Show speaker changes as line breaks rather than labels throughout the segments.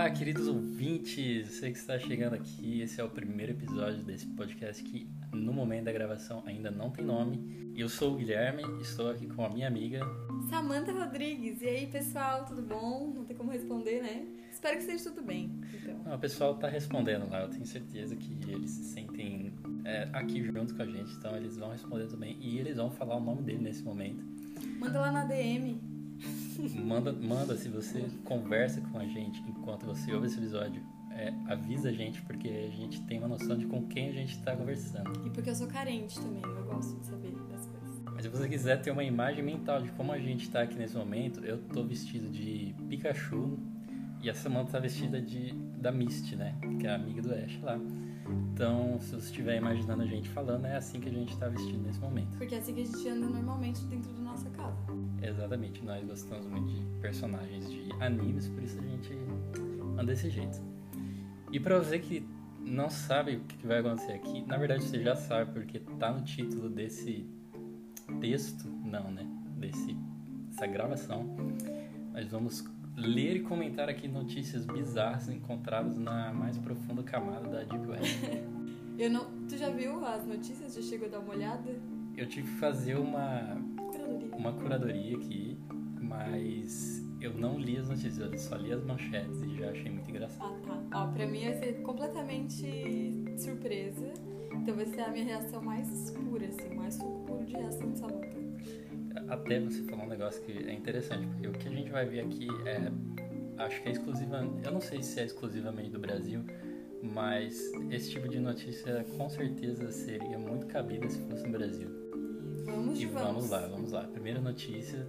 Olá, queridos ouvintes, você que está chegando aqui, esse é o primeiro episódio desse podcast que no momento da gravação ainda não tem nome. Eu sou o Guilherme, estou aqui com a minha amiga
Samantha Rodrigues. E aí, pessoal, tudo bom? Não tem como responder, né? Espero que esteja tudo bem, então.
Não, o pessoal está respondendo lá, eu tenho certeza que eles se sentem aqui junto com a gente, então eles vão responder também e eles vão falar o nome dele nesse momento.
Manda lá na DM.
Manda, se você conversa com a gente enquanto você ouve esse episódio, avisa a gente, porque a gente tem uma noção de com quem a gente está conversando.
E porque eu sou carente também, eu gosto de saber das coisas.
Mas se você quiser ter uma imagem mental de como a gente está aqui nesse momento, eu tô vestido de Pikachu e a Samantha tá vestida da Misty, né? Que é a amiga do Ash lá. Então, se você estiver imaginando a gente falando, é assim que a gente tá vestido nesse momento.
Porque é assim que a gente anda normalmente dentro da nossa casa.
Exatamente, nós gostamos muito de personagens de animes, por isso a gente anda desse jeito. E pra você que não sabe o que vai acontecer aqui, na verdade você já sabe, porque tá no título desse texto, dessa gravação. Nós vamos ler e comentar aqui notícias bizarras encontradas na mais profunda camada da Deep Web.
Tu já viu as notícias? Já chegou a dar uma olhada?
Eu tive que fazer uma curadoria aqui, mas eu não li as notícias, eu só li as manchetes e já achei muito engraçado.
Ó, pra mim vai ser completamente surpresa. Então vai ser a minha reação mais pura, assim, mais suco puro de reação de Samantha.
Até você falou um negócio que é interessante, porque o que a gente vai ver aqui acho que é eu não sei se é exclusivamente do Brasil, mas esse tipo de notícia com certeza seria muito cabida se fosse no Brasil. Vamos lá. Primeira notícia,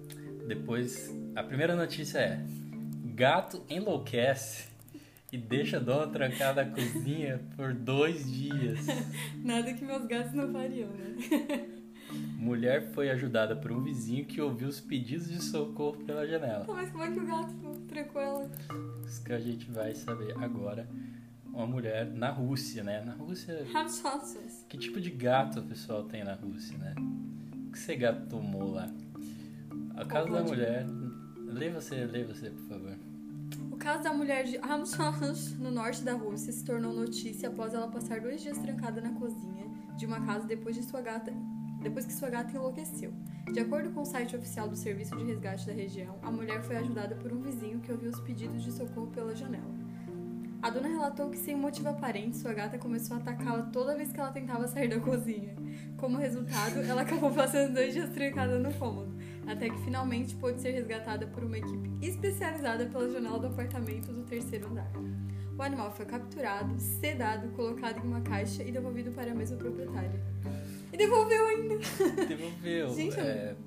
a primeira notícia é: gato enlouquece e deixa a dona trancada na cozinha por 2 dias.
Nada que meus gatos não fariam, né?
Mulher foi ajudada por um vizinho que ouviu os pedidos de socorro pela janela.
Mas como é que o gato trancou ela?
Isso que a gente vai saber agora. Uma mulher na Rússia, né? Na Rússia... Que tipo de gato o pessoal tem na Rússia, né? O que esse gato tomou lá? A casa da mulher... Lê você, por favor.
O caso da mulher de Ramshash, no norte da Rússia, se tornou notícia após ela passar 2 dias trancada na cozinha de uma casa depois que sua gata enlouqueceu. De acordo com o site oficial do Serviço de Resgate da região, a mulher foi ajudada por um vizinho que ouviu os pedidos de socorro pela janela. A dona relatou que, sem motivo aparente, sua gata começou a atacá-la toda vez que ela tentava sair da cozinha. Como resultado, ela acabou passando 2 dias trancada no cômodo, até que finalmente pôde ser resgatada por uma equipe especializada pela janela do apartamento do 3º andar. O animal foi capturado, sedado, colocado em uma caixa e devolvido para a mesma proprietária. E devolveu ainda!
Devolveu.
Gente,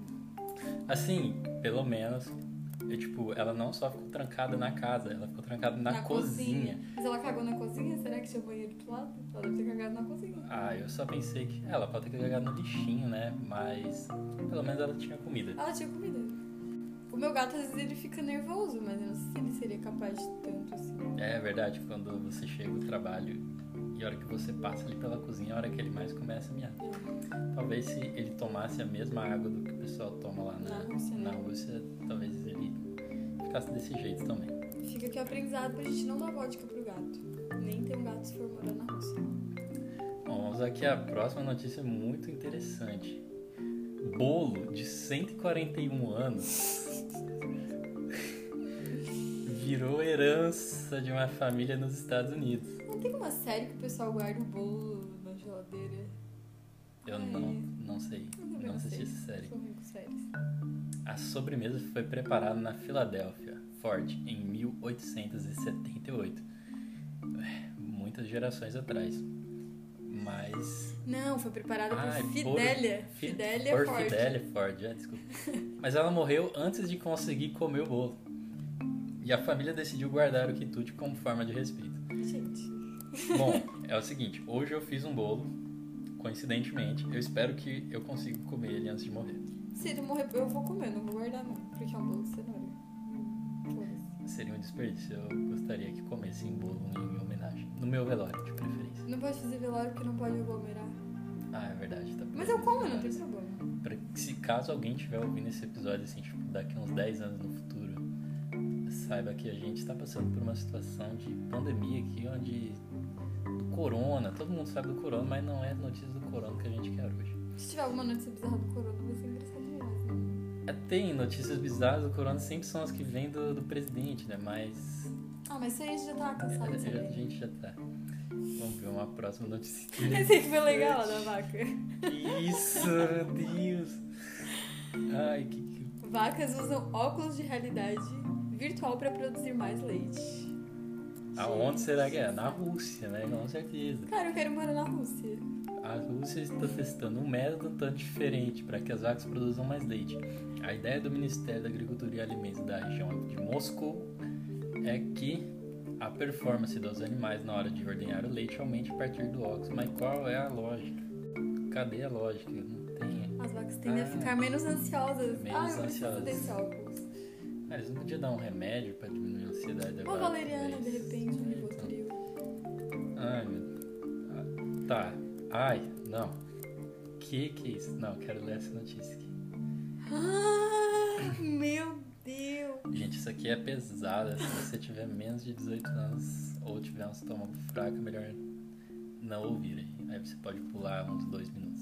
assim, pelo menos, ela não só ficou trancada na casa, ela ficou trancada na cozinha.
Mas ela cagou na cozinha? Será que tinha banheiro do lado? Ela deve ter cagado na cozinha.
Eu só pensei que ela pode ter cagado no lixinho, né? Mas pelo menos ela tinha comida.
Ela tinha comida. O meu gato, às vezes, ele fica nervoso, mas eu não sei se ele seria capaz de tanto assim.
É verdade, quando você chega do trabalho e a hora que você passa ali pela cozinha, é a hora que ele mais começa a miar. Talvez se ele tomasse a mesma água do que o pessoal toma lá na Rússia, talvez ele ficasse desse jeito também.
Fica aqui o aprendizado pra gente não dar vodka pro gato. Nem ter um gato se for morar na Rússia.
Bom, vamos aqui a próxima notícia muito interessante. Bolo de 141 anos virou herança de uma família nos Estados Unidos.
Não tem uma série que o pessoal guarda o bolo na geladeira?
Eu não sei. Não assisti essa série.
Sou ruim com séries.
A sobremesa foi preparada na Filadélfia, Ford, em 1878. Muitas gerações atrás. Mas...
Não, foi preparada por Fidelia.
Fidelia Ford, desculpa. Mas ela morreu antes de conseguir comer o bolo. E a família decidiu guardar o quitute como forma de respeito.
Gente.
Bom, é o seguinte, hoje eu fiz um bolo, coincidentemente. Eu espero que eu consiga comer ele antes de morrer.
Se ele morrer, eu vou comer, não vou guardar não, porque é um bolo de cenoura.
Seria um desperdício, eu gostaria que comesse um bolo em minha homenagem. No meu velório, de preferência.
Não pode fazer velório porque não pode aglomerar.
É verdade. Tá.
Mas eu como, não tem problema.
Se caso alguém estiver ouvindo esse episódio, assim, tipo, daqui uns 10 anos no futuro, saiba que a gente está passando por uma situação de pandemia aqui, onde do corona, todo mundo sabe do corona, mas não é notícia do corona que a gente quer hoje.
Se tiver alguma notícia bizarra do corona, vai ser engraçado demais, né?
Tem notícias bizarras do corona, sempre são as que vêm do presidente, né? Mas
Mas isso aí a gente já tá cansado de saber.
a gente já tá. Vamos ver uma próxima notícia.
Esse aí que foi legal, da vaca.
Isso, meu Deus. Ai, que...
Vacas usam óculos de realidade virtual para produzir mais leite.
Aonde será que é? Na Rússia, né? Com certeza.
Cara, eu quero morar na Rússia.
A Rússia está testando um método um tanto diferente para que as vacas produzam mais leite. A ideia do Ministério da Agricultura e Alimentos da região de Moscou é que a performance dos animais na hora de ordenhar o leite aumente a partir do óculos. Mas qual é a lógica? Cadê a lógica? Não tem.
As vacas tendem a ficar menos ansiosas.
Menos
eu preciso
ansiosas.
desse óculos.
Eles não podiam dar um remédio para diminuir a ansiedade da
Uma
vaca?
valeriana, de repente, um Rivotril.
Ai, meu... Tá. Ai, não. Que é isso? Não, quero ler essa notícia aqui.
Meu Deus.
Gente, isso aqui é pesada. Se você tiver menos de 18 anos ou tiver um estômago fraco, é melhor não ouvir aí. Aí você pode pular uns 2 minutos.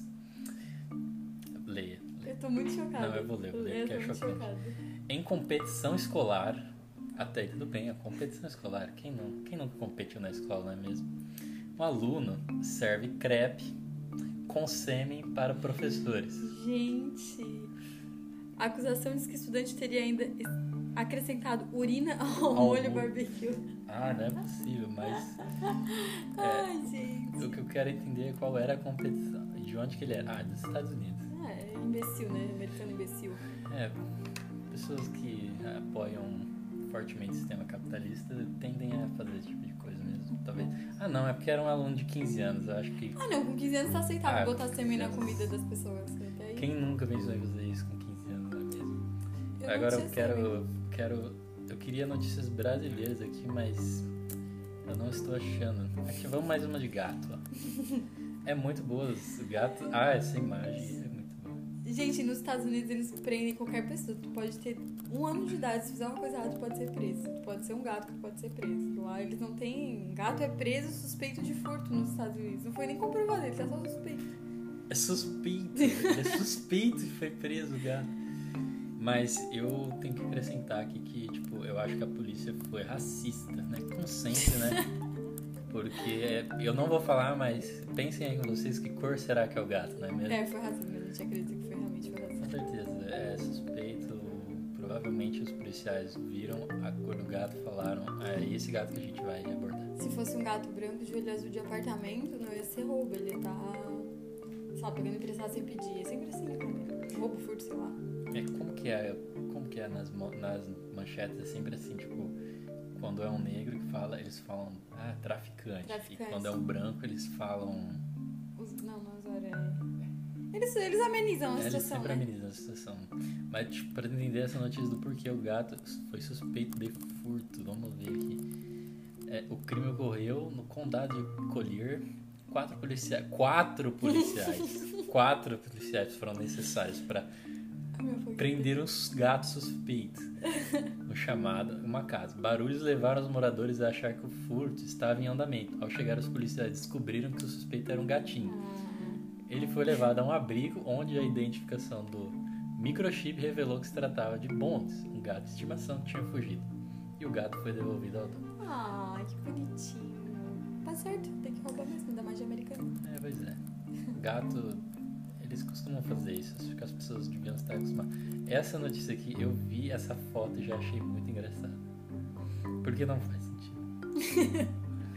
Leia.
Eu tô muito chocada.
Não, eu vou ler porque é chocante.
Chocada.
Em competição escolar, até aí tudo bem, a competição escolar, quem não competiu na escola, não é mesmo? Um aluno serve crepe com sêmen para professores.
Gente, a acusação diz que o estudante teria ainda acrescentado urina ao molho barbecue.
Não é possível, mas...
Ai, gente.
O que eu quero entender é qual era a competição. De onde que ele era? Dos Estados Unidos.
É imbecil, né? Americano imbecil.
Pessoas que apoiam fortemente o sistema capitalista tendem a fazer esse tipo de coisa mesmo, talvez. Não, é porque era um aluno de 15 anos, eu acho que...
Não, com 15 anos tá aceitável botar sêmen na comida das pessoas. Até aí.
Quem nunca pensou em fazer isso com 15 anos, não é mesmo?
Agora
eu queria notícias brasileiras aqui, mas eu não estou achando. Aqui, vamos mais uma de gato, ó. É muito boa, os gatos... essa imagem é muito boa.
Gente, nos Estados Unidos eles prendem qualquer pessoa. Tu pode ter 1 ano de idade, se fizer uma coisa errada, tu pode ser preso. Tu pode ser um gato que pode ser preso. Lá eles não têm... Gato é preso suspeito de furto nos Estados Unidos. Não foi nem comprovado, ele tá só suspeito.
É suspeito, ele é suspeito e foi preso o gato. Mas eu tenho que acrescentar aqui que, tipo, eu acho que a polícia foi racista, né? Como sempre, né? Porque eu não vou falar, mas pensem aí com vocês que cor será que é o gato, não é mesmo?
Foi racista, a gente acredita que realmente foi racista.
Com certeza, é suspeito. Provavelmente os policiais viram a cor do gato e falaram: é esse gato que a gente vai abordar.
Se fosse um gato branco de olho azul de apartamento, não ia ser roubo. Ele tá, pegando emprestado sem pedir. É sempre assim, né? Roubo, furto, sei lá.
Como que é nas manchetes? É sempre assim, tipo, quando é um negro que fala, eles falam traficante. E quando é um branco, eles falam...
Eles amenizam a situação,
Eles sempre amenizam a situação. Mas, tipo, pra entender essa notícia do porquê o gato foi suspeito de furto, vamos ver aqui. O crime ocorreu no condado de Collier. 4 policiais foram necessários para prender os gatos suspeitos no chamado uma casa. Barulhos levaram os moradores a achar que o furto estava em andamento. Ao chegar, os policiais descobriram que o suspeito era um gatinho. Ele foi levado a um abrigo onde a identificação do microchip revelou que se tratava de Bones, um gato de estimação que tinha fugido. E o gato foi devolvido ao dono.
Que bonitinho. Tá certo, tem que roubar mesmo, ainda mais de americano.
Pois é. Gato, eles costumam fazer isso, acho que as pessoas deviam estar acostumadas. Essa notícia aqui, eu vi essa foto e já achei muito engraçada. Porque não faz sentido.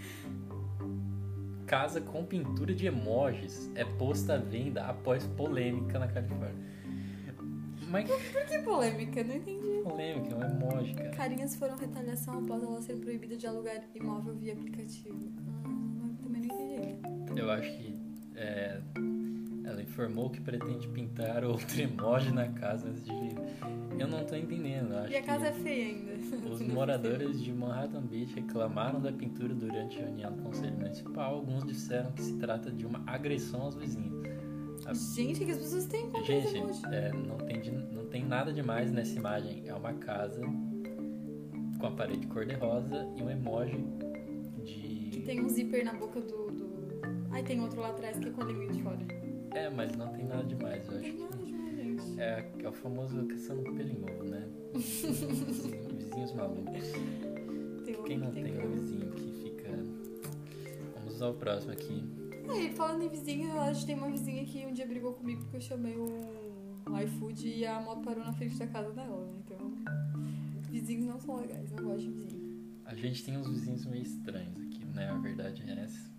Casa com pintura de emojis é posta à venda após polêmica na Califórnia. Mas...
Por que polêmica? Não entendi.
Polêmica, é um emoji, cara.
Carinhas foram retaliação após ela ser proibida de alugar imóvel via aplicativo. Também não entendi.
Eu acho que ela informou que pretende pintar outro emoji na casa antes de vir. Eu não tô entendendo. Acho
e a casa é feia ainda.
Os moradores de Manhattan Beach reclamaram da pintura durante a reunião do Conselho Municipal. Alguns disseram que se trata de uma agressão aos vizinhos.
Gente, que as pessoas têm contra
esse emoji? Não tem nada demais nessa imagem. É uma casa com a parede cor-de-rosa e um emoji
Que
de...
tem um zíper na boca do... Ai, tem outro lá atrás que é com a língua de fora.
mas não tem nada demais, eu acho
Tem nada
que...
demais, gente.
É o famoso caçando pelo em ovo, né? Vizinhos malucos. Quem não tem um vizinho que fica... Vamos usar o próximo aqui.
E falando em vizinho, eu acho que tem uma vizinha que um dia brigou comigo porque eu chamei o iFood e a moto parou na frente da casa dela, né? Então, vizinhos não são legais, não gosto de vizinho.
A gente tem uns vizinhos meio estranhos aqui, né? A verdade é essa.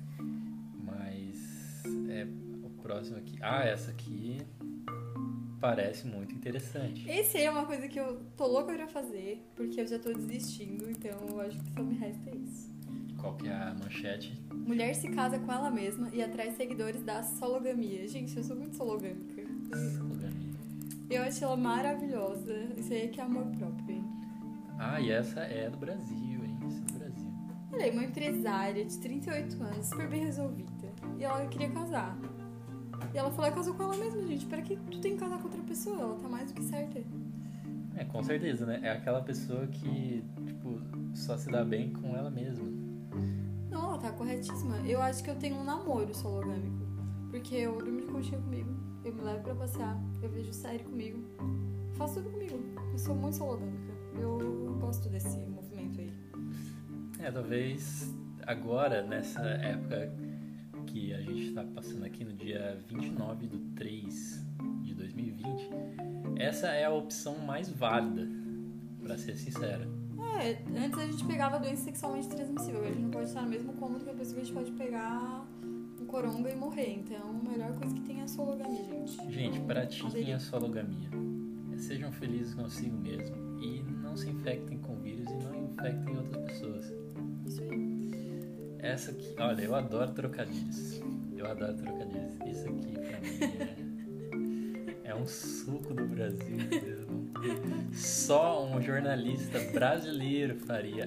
Mas o próximo aqui... essa aqui parece muito interessante.
Esse aí é uma coisa que eu tô louca pra fazer, porque eu já tô desistindo, então eu acho que só me resta isso.
Qual que é a manchete?
Mulher se casa com ela mesma e atrai seguidores da sologamia. Gente, eu sou muito sologâmica.
Sologamia.
Eu acho ela maravilhosa. Isso aí é que é amor próprio, hein?
E essa é do Brasil, hein? Essa é do Brasil.
Ela é uma empresária de 38 anos, super bem resolvida. E ela queria casar. E ela falou, casou com ela mesma, gente. Pra que tu tem que casar com outra pessoa? Ela tá mais do que certa.
Com certeza, né? É aquela pessoa que, tipo, só se dá bem com ela mesma.
Não, ela tá corretíssima. Eu acho que eu tenho um namoro sologâmico. Porque eu durmo de conchinha comigo, eu me levo pra passear, eu vejo série comigo, faço tudo comigo. Eu sou muito sologâmica. Eu gosto desse movimento aí.
Talvez agora, nessa época que a gente tá passando aqui no dia 29/3/2020, essa é a opção mais válida, pra ser sincera.
Antes a gente pegava doença sexualmente transmissível, a gente não pode estar no mesmo cômodo que a pessoa que a gente pode pegar um coronga e morrer. Então, a melhor coisa que tem é a sologamia, gente.
Gente, pratiquem a sologamia. Sejam felizes consigo mesmo e não se infectem com vírus e não infectem outras pessoas.
Isso aí.
Essa aqui, olha, eu adoro trocadilhos. Isso aqui pra mim é um suco do Brasil mesmo. Só um jornalista brasileiro faria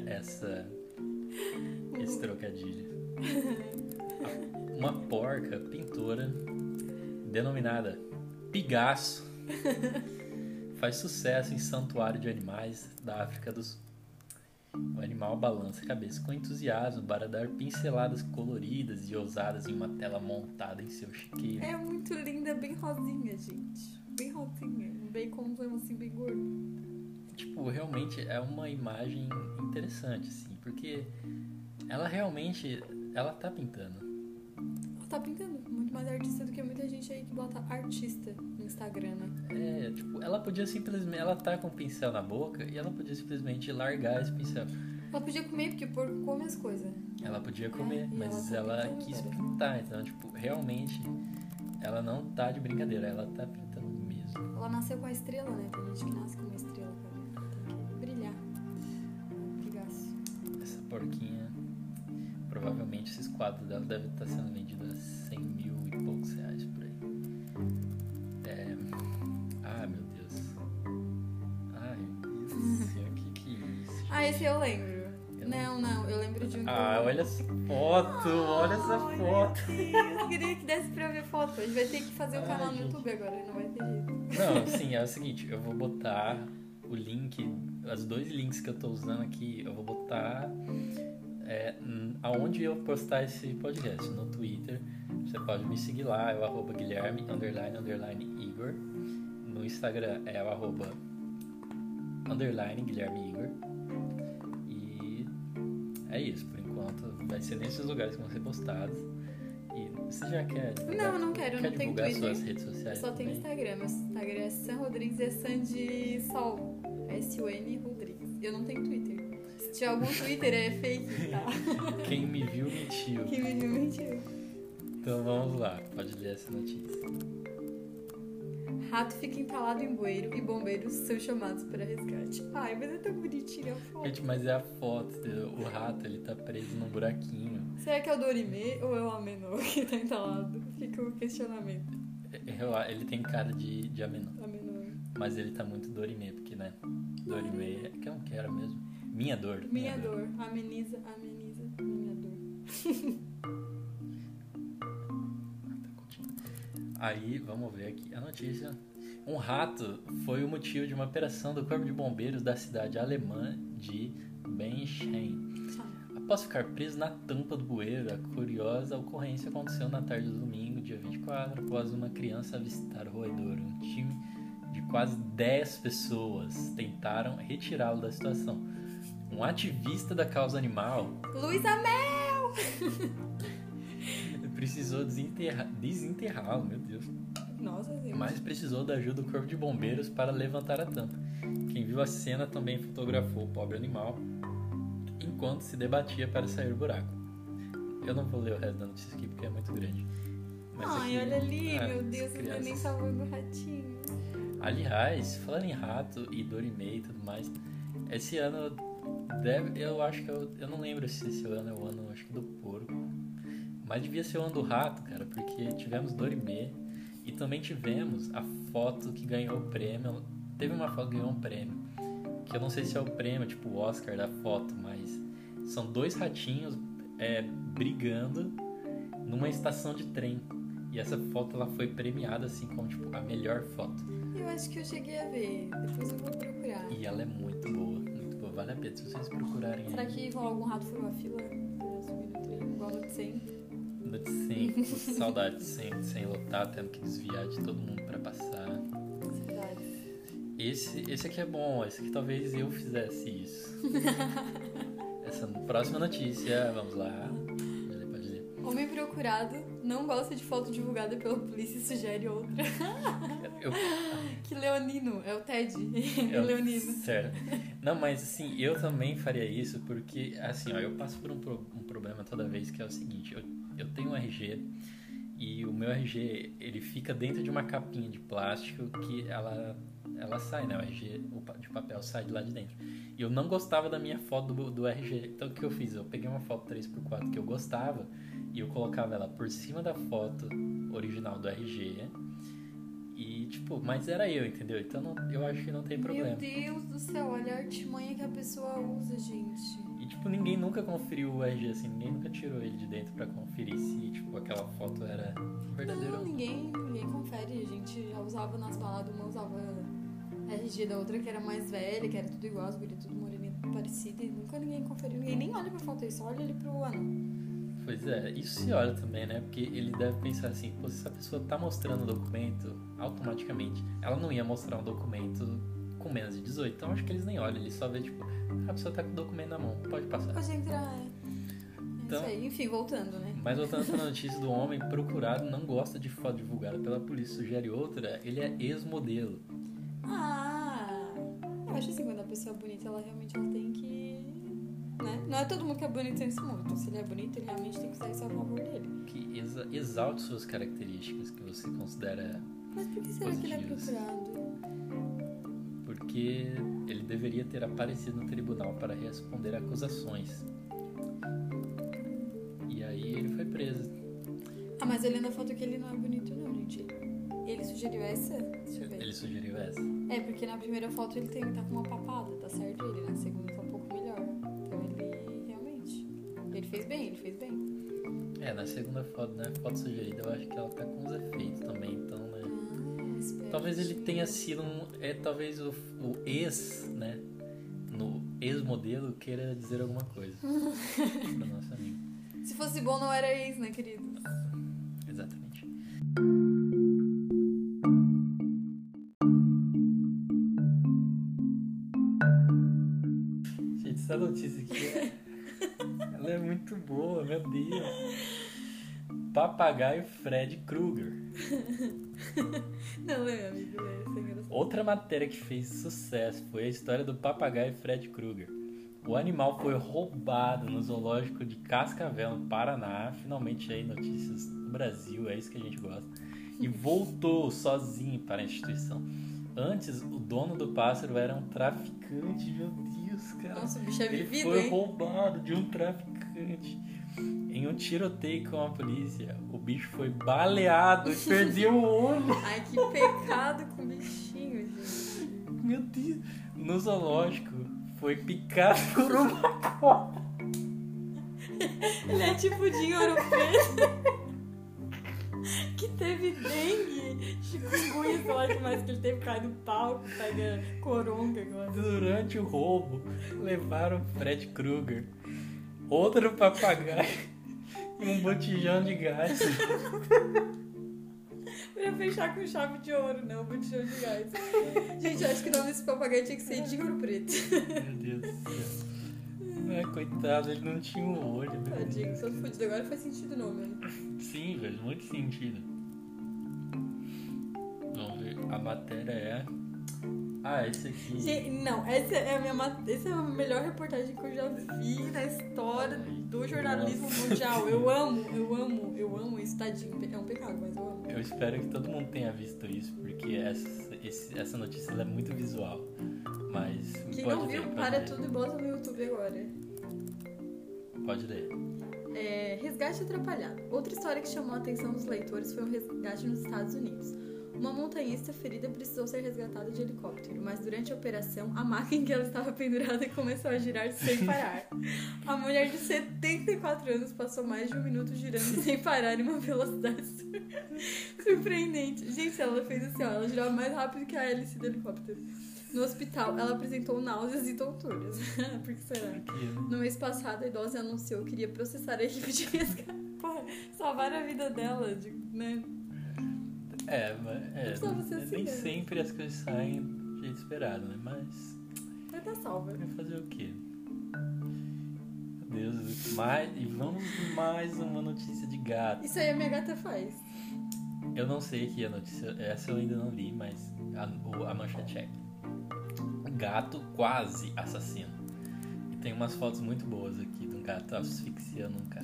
esse trocadilho. Uma porca pintora denominada Pigasso faz sucesso em santuário de animais da África do Sul. O animal balança a cabeça com entusiasmo para dar pinceladas coloridas e ousadas em uma tela montada em seu chiqueiro.
É muito linda, bem rosinha, gente. Bem rosinha. Um baconzão assim, bem gordo.
Tipo, realmente é uma imagem interessante, assim, porque ela realmente, ela tá pintando.
Ela tá pintando. Muito mais artista do que muita gente aí que bota artista no Instagram, né?
Tipo, ela podia simplesmente, ela tá com o pincel na boca e ela podia simplesmente largar esse pincel.
Ela podia comer, porque o porco come as coisas.
Ela podia comer, mas
ela tá
ela quis pintar, então, tipo, realmente, ela não tá de brincadeira, ela tá pintando mesmo.
Ela nasceu com a estrela, né? Tem gente que nasce com uma estrela, cara. Tem que brilhar. Pigasso.
Essa porquinha, provavelmente esses quadros dela devem estar sendo vendidos a 100 mil e poucos reais por aí. Meu Deus. Ai, Deus do céu, que é isso?
Esse eu lembro. Não, eu lembro de um.
Olha essa foto, olha essa foto.
Eu queria que desse pra ver foto. A gente vai ter que fazer o canal no YouTube agora, não vai ter jeito.
Não, sim, é o seguinte, eu vou botar o link, os dois links que eu tô usando aqui, eu vou botar aonde eu postar esse podcast, no Twitter. Você pode me seguir lá, é o @Guilherme__Igor. No Instagram é o @_Guilherme Igor. E é isso, por enquanto. Vai ser nesses lugares que vão ser postados. E você já quer divulgar?
Não quero, eu não tenho
divulgar
Twitter.
suas redes sociais?
Eu só tenho
também?
Instagram. Meu Instagram é San Rodrigues, é San de Sol. S-U-N Rodrigues. Eu não tenho Twitter. Se tiver algum Twitter, é fake, tá?
Quem me viu mentiu.
Quem me viu mentiu.
Então vamos lá, pode ler essa notícia.
Rato fica entalado em bueiro e bombeiros são chamados para resgate. Ai, mas é tão bonitinha a foto.
Gente, mas é a foto. O rato, ele tá preso num buraquinho.
Será que é o Dorime ou é o Amenor que tá entalado? Fica o questionamento.
Ele tem cara de Amenor.
Amenor.
Mas ele tá muito Dorime, porque, né? Dorime é que eu não quero mesmo. Minha dor.
Minha dor. Ameniza minha dor.
Aí, vamos ver aqui a notícia. Um rato foi o motivo de uma operação do Corpo de Bombeiros da cidade alemã de Bensheim. Após ficar preso na tampa do bueiro, a curiosa ocorrência aconteceu na tarde do domingo, dia 24, após uma criança avistar o roedor. Um time de quase 10 pessoas tentaram retirá-lo da situação. Um ativista da causa animal,
Luiz Amel!
precisou desenterrá-lo, meu Deus.
Nossa, Deus.
Mas precisou da ajuda do corpo de bombeiros para levantar a tampa. Quem viu a cena também fotografou o pobre animal enquanto se debatia para sair do buraco. Eu não vou ler o resto da notícia aqui porque é muito grande. Mas
Ai,
aqui,
olha ali, meu Deus,
crianças.
eu nem salvando o ratinho.
Aliás, falando em rato e Dorime e tudo mais, esse ano eu acho que eu não lembro se esse ano é o ano, acho que do porco, mas devia ser o ano do rato, cara, porque tivemos Dorime e também tivemos a foto que ganhou o prêmio. Teve uma foto que ganhou um prêmio, que eu não sei se é o prêmio, tipo o Oscar da foto, mas são 2 ratinhos brigando numa estação de trem. E essa foto ela foi premiada assim como tipo a melhor foto.
Eu acho que eu cheguei a ver, depois eu vou procurar.
E ela é muito boa, vale a pena se vocês procurarem.
Será que algum rato furou a fila pra subir no trem, igual no de 100?
No de 100, saudade de 100, sem lotar, tendo que desviar de todo mundo pra passar.
Saudades.
Esse aqui é bom, esse aqui talvez eu fizesse isso. Essa próxima notícia, vamos lá. Pode ler.
Homem procurado não gosta de foto divulgada pela polícia e sugere outra. Que leonino, é o Ted. Leonino.
Sério. Não, mas assim, eu também faria isso porque, assim, ó, eu passo por um problema toda vez que é o seguinte, eu tenho um RG e o meu RG, ele fica dentro de uma capinha de plástico que ela sai, né? O RG de papel sai de lá de dentro. E eu não gostava da minha foto do RG. Então o que eu fiz? Eu peguei uma foto 3x4 que eu gostava e eu colocava ela por cima da foto original do RG. E tipo, mas era eu, entendeu? Então eu acho que não tem problema.
Meu Deus do céu, olha a artimanha que a pessoa usa, gente.
E tipo, ninguém nunca conferiu o RG assim, ninguém nunca tirou ele de dentro pra conferir se tipo, aquela foto era verdadeira.
Não, ninguém confere. A gente já usava nas baladas, uma usava RG da outra que era mais velha, que era tudo igual, as gurias tudo moreninha, tudo parecida, e nunca ninguém conferiu. Ninguém nem olha pra foto aí, só olha ali pro anão.
Pois é, isso se olha também, né? Porque ele deve pensar assim, pô, se essa pessoa tá mostrando o documento, automaticamente, ela não ia mostrar um documento com menos de 18. Então acho que eles nem olham, eles só vê, tipo, a pessoa tá com o documento na mão, pode passar.
Pode entrar,
Então,
isso aí. Enfim, voltando, né?
Mas voltando para a notícia do homem procurado, não gosta de foto divulgada pela polícia, sugere outra, ele é ex-modelo.
Eu acho assim, quando a pessoa é bonita, ela realmente tem que... Né? Não é todo mundo que é bonito nesse mundo. Então, se ele é bonito, ele realmente tem que usar isso a favor dele.
Que exalte suas características que você considera
Mas por que será que ele é
positivas.
procurado?
Porque ele deveria ter aparecido no tribunal para responder a acusações. E aí ele foi preso.
Mas olhando a foto que ele não é bonito não, gente. Ele sugeriu essa? Deixa eu ver.
Ele sugeriu essa.
É, porque na primeira foto ele tá com uma papada, tá certo ele? Na segunda tá um pouco melhor. Então ele realmente... Ele fez bem.
Na segunda foto, né? Foto sugerida, eu acho que ela tá com uns efeitos também, então, né? Talvez ele tenha sido talvez o ex, né? No ex-modelo queira dizer alguma coisa. Pra nosso amigo.
Se fosse bom, não era ex, né, queridos?
Exatamente. Gente, essa notícia aqui ela é muito boa, meu Deus. Papagaio Fred Krueger.
Não, meu amigo, é engraçado.
Outra matéria que fez sucesso foi a história do papagaio Fred Krueger. O animal foi roubado no zoológico de Cascavel, no Paraná. Finalmente aí notícias do Brasil, é isso que a gente gosta. E voltou sozinho para a instituição. Antes, o dono do pássaro era um traficante. Meu Deus, cara.
Nossa, o bicho é vivido,
Ele foi
hein?
roubado de um traficante. Em um tiroteio com a polícia, o bicho foi baleado e perdeu o olho.
Ai, que pecado com o bichinho, gente.
Meu Deus. No zoológico, foi picado por uma cobra.
Ele é tipo de Ouro Preto. Que que teve dengue, chikungunya, sei lá que mais que ele teve, cai no palco, pega coronga agora.
Durante o roubo, levaram Fred Krueger, outro papagaio e um botijão de gás.
Pra fechar com chave de ouro, né? Um botijão de gás. Gente, eu acho que o nome desse papagaio tinha que ser de ouro preto.
Meu Deus do céu. Ai, coitado, ele não tinha um olho.
Tadinho, todo fudido. Agora faz sentido o nome, né?
Sim, velho, muito sentido. Vamos ver, a matéria é... esse aqui...
Gente, não, essa é a melhor reportagem que eu já vi na história do jornalismo mundial. Eu amo isso, tadinho. É um pecado, mas eu amo.
Eu espero que todo mundo tenha visto isso, porque essa notícia ela é muito visual. Mas
quem
pode
não viu,
ler,
para
ler.
tudo e bota no YouTube agora.
Pode ler.
Resgate atrapalhado. Outra história que chamou a atenção dos leitores foi um resgate nos Estados Unidos. Uma montanhista ferida precisou ser resgatada de helicóptero, mas durante a operação, a maca em que ela estava pendurada começou a girar sem parar. A mulher de 74 anos passou mais de 1 minuto girando sem parar em uma velocidade surpreendente. Gente, ela fez assim, ó, ela girava mais rápido que a hélice do helicóptero. No hospital, ela apresentou náuseas e tonturas. Por que será? No mês passado, a idosa anunciou que iria processar a equipe de resgate. Porra, salvar a vida dela, né?
Nem sempre as coisas saem do jeito esperado, né? Mas...
vai estar salva.
vai fazer o quê? Meu Deus, vamos mais uma notícia de gato.
Isso aí a minha gata faz.
Eu não sei que a notícia... essa eu ainda não li, mas a manchete é: gato quase assassino. E tem umas fotos muito boas aqui de um gato asfixiando um cara.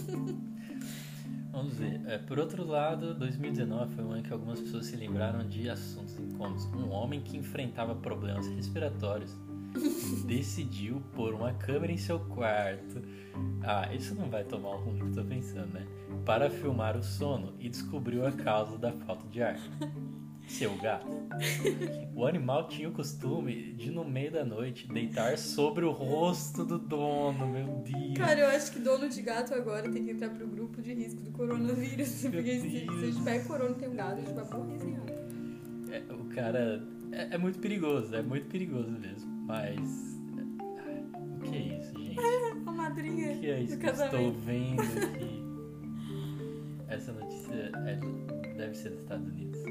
Vamos ver. Por outro lado, 2019 foi um ano que algumas pessoas se lembraram de assuntos incômodos. Um homem que enfrentava problemas respiratórios decidiu pôr uma câmera em seu quarto. Isso não vai tomar o rumo que eu tô pensando, né? Para filmar o sono e descobriu a causa da falta de ar. Seu gato. O animal tinha o costume de, no meio da noite, deitar sobre o rosto do dono. Meu Deus.
Cara, eu acho que dono de gato agora tem que entrar pro grupo de risco do coronavírus. Porque se a gente pega corona e tem um gato, a gente vai morrer sem ar.
O cara... é muito perigoso mesmo. Mas... o que é isso, gente?
A madrinha
O que é isso
do
que eu
casamento.
estou vendo aqui? Essa notícia deve ser dos Estados Unidos.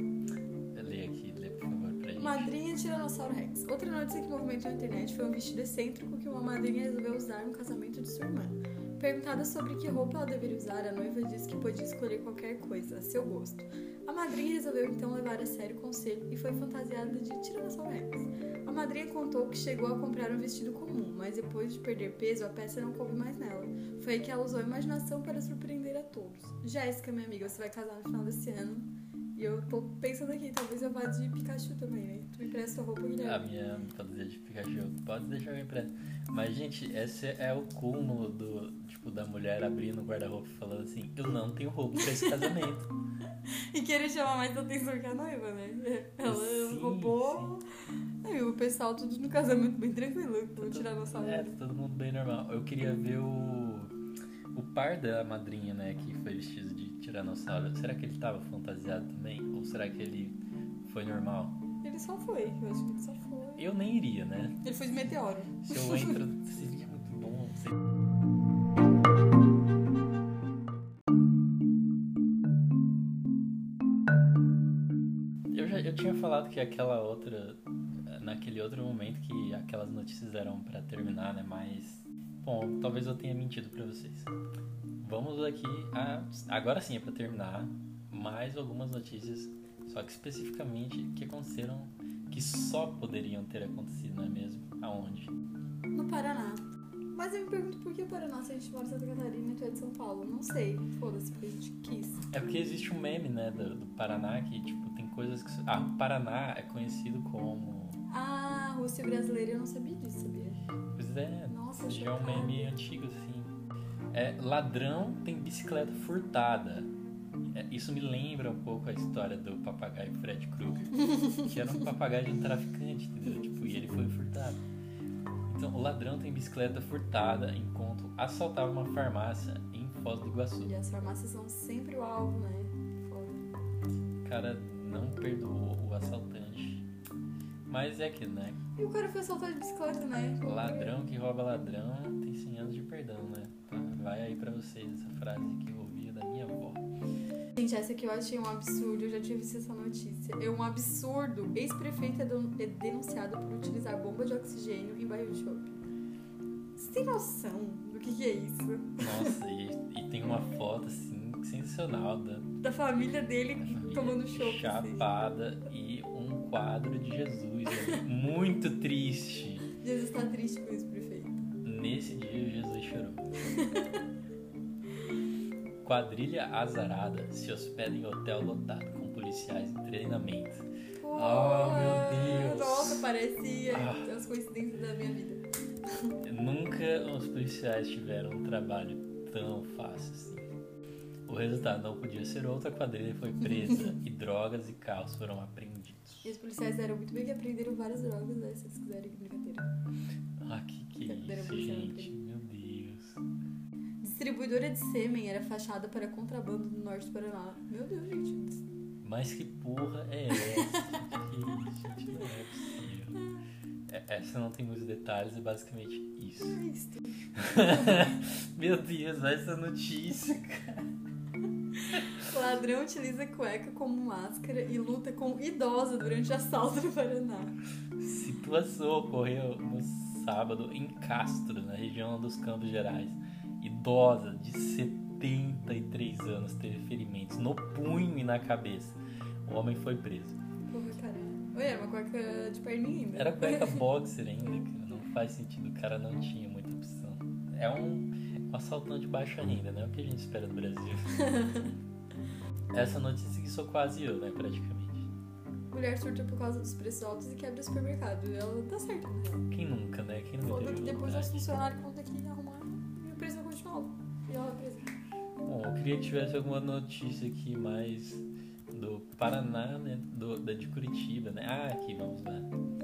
Lê por favor, pra gente.
Madrinha Tiranossauro Rex. Outra notícia que movimentou a internet foi um vestido excêntrico que uma madrinha resolveu usar no casamento de sua irmã. Perguntada sobre que roupa ela deveria usar, a noiva disse que podia escolher qualquer coisa, a seu gosto. A madrinha resolveu então levar a sério o conselho e foi fantasiada de Tiranossauro Rex. A madrinha contou que chegou a comprar um vestido comum, mas depois de perder peso, a peça não coube mais nela. Foi aí que ela usou a imaginação para surpreender a todos. Jéssica, minha amiga, você vai casar no final desse ano. E eu tô pensando aqui, talvez eu vá de Pikachu também, né? Tu me empresta a roupa, Guilherme.
A minha fantasia de Pikachu, pode deixar eu emprestar. Mas, gente, esse é o cúmulo da mulher abrindo o guarda-roupa e falando assim: eu não tenho roupa pra esse casamento.
E querer chamar mais atenção que a noiva, né? Ela roubou. E o pessoal tudo no casamento bem tranquilo, vou tirar nossa roupa.
Todo mundo bem normal. Eu queria ver o par da madrinha, né, que foi vestido de tiranossauro. Será que ele tava fantasiado também? Ou será que ele foi normal?
Ele só foi, eu acho que ele só foi.
Eu nem iria, né?
Ele foi de meteoro.
Se eu entro, seria muito bom. Eu tinha falado que naquele outro momento que aquelas notícias eram pra terminar, né? Mas, bom, talvez eu tenha mentido pra vocês. Vamos aqui, agora sim é pra terminar, mais algumas notícias, só que especificamente que aconteceram, que só poderiam ter acontecido, não é mesmo? Aonde?
No Paraná. Mas eu me pergunto por que o Paraná, se a gente mora em Santa Catarina e tu é de São Paulo? Não sei, foda-se, porque a gente quis.
É porque existe um meme, né, do Paraná, que, tipo, tem coisas que... o Paraná é conhecido como...
Rússia brasileira, eu não sabia disso, sabia?
Pois é,
Nossa,
já é um meme antigo, assim. Ladrão tem bicicleta furtada. Isso me lembra um pouco a história do papagaio Fred Krueger, que era um papagaio de um traficante, entendeu? Tipo, e ele foi furtado. Então, o ladrão tem bicicleta furtada enquanto assaltava uma farmácia em Foz do Iguaçu.
E as farmácias são sempre o alvo, né? Foda.
cara não perdoou o assaltante. Mas é aquilo, né?
E o cara foi assaltado de bicicleta, né?
Ladrão que rouba ladrão tem 100 anos de perdão, né? Vai aí pra vocês essa frase que eu ouvia da minha avó.
Gente, essa aqui eu achei um absurdo, eu já tinha visto essa notícia. É um absurdo. Ex-prefeito é denunciado por utilizar bomba de oxigênio em bairro de shopping. Você tem noção do que é isso?
Nossa, e tem uma foto assim sensacional
Da família dele
família
tomando chopp.
chapada e um quadro de Jesus. Muito triste.
Jesus tá triste com esse prefeito.
Nesse dia Jesus chorou. Quadrilha azarada se hospeda em hotel lotado com policiais em treinamento.
Pô,
meu Deus.
Nossa, parecia as coincidências da minha vida.
Nunca os policiais tiveram um trabalho tão fácil assim. O resultado não podia ser outro, a quadrilha foi presa e drogas e carros foram apreendidos.
E os policiais deram muito bem que apreenderam várias drogas, né? Se vocês quiserem, brincadeira.
Que é isso, gente? Meu Deus.
Distribuidora de sêmen era fachada para contrabando no norte do Paraná. Meu Deus, gente.
Mas que porra é essa? Que isso, gente? Não é possível. Essa não tem muitos detalhes, é basicamente isso.
É isso.
Meu Deus, vai essa notícia, cara.
Ladrão utiliza cueca como máscara e luta com idosa durante assalto no Paraná.
Situação ocorreu no sábado em Castro, na região dos Campos Gerais. Idosa de 73 anos teve ferimentos no punho e na cabeça. O homem foi preso.
Porra, caralho. Oi, era uma cueca de perninha ainda.
Era cueca boxer ainda, cara. Não faz sentido, o cara não tinha muita opção. É um assaltante de baixa renda, né? É o que a gente espera do Brasil. Essa notícia que sou quase eu, né? Praticamente.
Mulher surta por causa dos preços altos e quebra o supermercado. Ela tá certa, né?
Quem nunca, né? Quem nunca
Foda
teve
que depois
vontade?
os funcionários vão ter que arrumar e o preço vai continuar. E ela presa.
Bom, eu queria que tivesse alguma notícia aqui mais do Paraná, né? De Curitiba, né? Ah, aqui, vamos lá.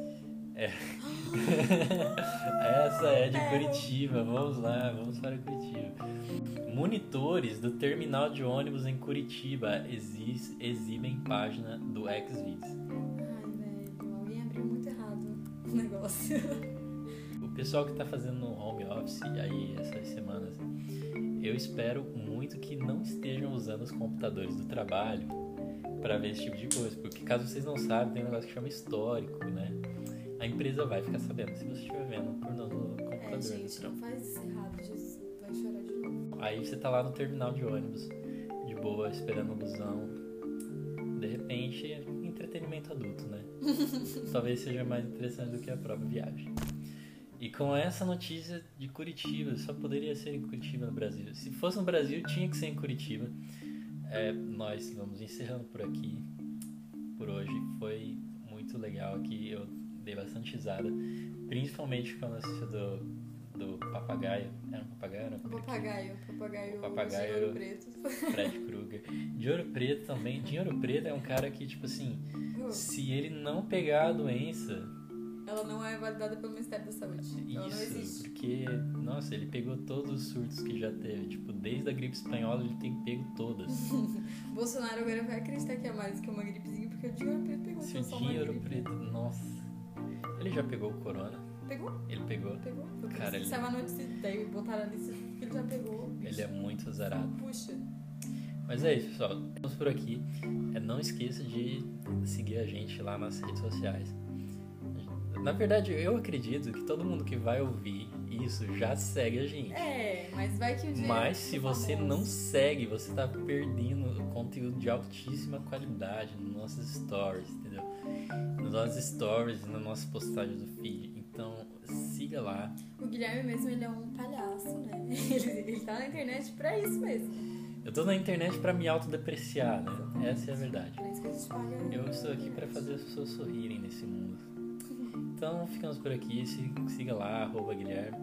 Essa é de Curitiba, vamos lá, vamos para Curitiba. Monitores do terminal de ônibus em Curitiba exibem página do Xvideos.
Ai, velho, alguém abriu muito errado o negócio.
O pessoal que tá fazendo no home office aí essas semanas, eu espero muito que não estejam usando os computadores do trabalho para ver esse tipo de coisa, porque caso vocês não saibam, tem um negócio que chama histórico, né? A empresa vai ficar sabendo se você estiver vendo por no computador.
Gente, não faz isso errado, Jesus vai chorar de novo.
Aí você tá lá no terminal de ônibus, de boa, esperando o busão. De repente, entretenimento adulto, né? Talvez seja mais interessante do que a própria viagem. E com essa notícia de Curitiba, só poderia ser em Curitiba no Brasil. Se fosse no Brasil, tinha que ser em Curitiba. Nós vamos encerrando por aqui, por hoje. Foi muito legal aqui, eu dei bastante risada, principalmente com a notícia do papagaio. Era um papagaio? Era um papagaio
de Ouro Preto.
Fred Krueger. De Ouro Preto também. De Ouro Preto é um cara que, tipo assim, se ele não pegar a doença,
ela não é validada pelo Ministério da Saúde. Ela não existe.
Isso, porque, nossa, ele pegou todos os surtos que já teve. Tipo, desde a gripe espanhola ele tem pego todas.
Bolsonaro agora vai acreditar que é mais que uma gripezinha, porque o de Ouro Preto pegou.
Se o de Ouro Preto, nossa. Ele já pegou o corona?
Pegou?
Ele pegou?
Pegou.
Cara, ele...
Estava a notícia, daí botaram a lista que ele já pegou. Bicho.
Ele é muito azarado.
Puxa.
Mas é isso, pessoal. Vamos por aqui. Não esqueça de seguir a gente lá nas redes sociais. Na verdade, eu acredito que todo mundo que vai ouvir isso já segue a gente.
Mas vai que o dia...
Mas se você não segue, você tá perdendo conteúdo de altíssima qualidade nos nossos stories, entendeu? Nos nossos stories e nas nossas postagens do feed. Então, siga lá.
O Guilherme mesmo, ele é um palhaço, né? Ele tá na internet pra isso mesmo.
Eu tô na internet pra me autodepreciar, né? Essa é a verdade.
Por isso que a gente paga...
Eu estou aqui pra fazer as pessoas sorrirem nesse mundo. Então, ficamos por aqui. Siga lá, @Guilherme,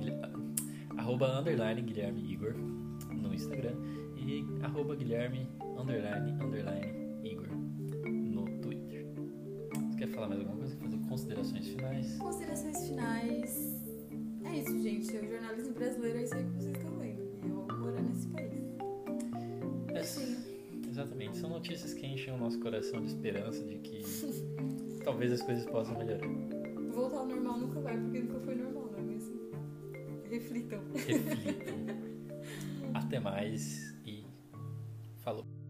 @_ Guilherme Igor no Instagram e @Guilherme _ Igor no Twitter. Você quer falar mais alguma coisa? Fazer considerações finais?
Considerações finais. É isso, gente. O jornalismo brasileiro é isso aí que vocês estão vendo. E eu vou morar nesse país.
Exatamente. são notícias que enchem o nosso coração de esperança de que talvez as coisas possam melhorar.
Voltar ao normal nunca vai, porque nunca foi normal, não é mesmo? Reflitam.
Reflitam. Até mais e falou.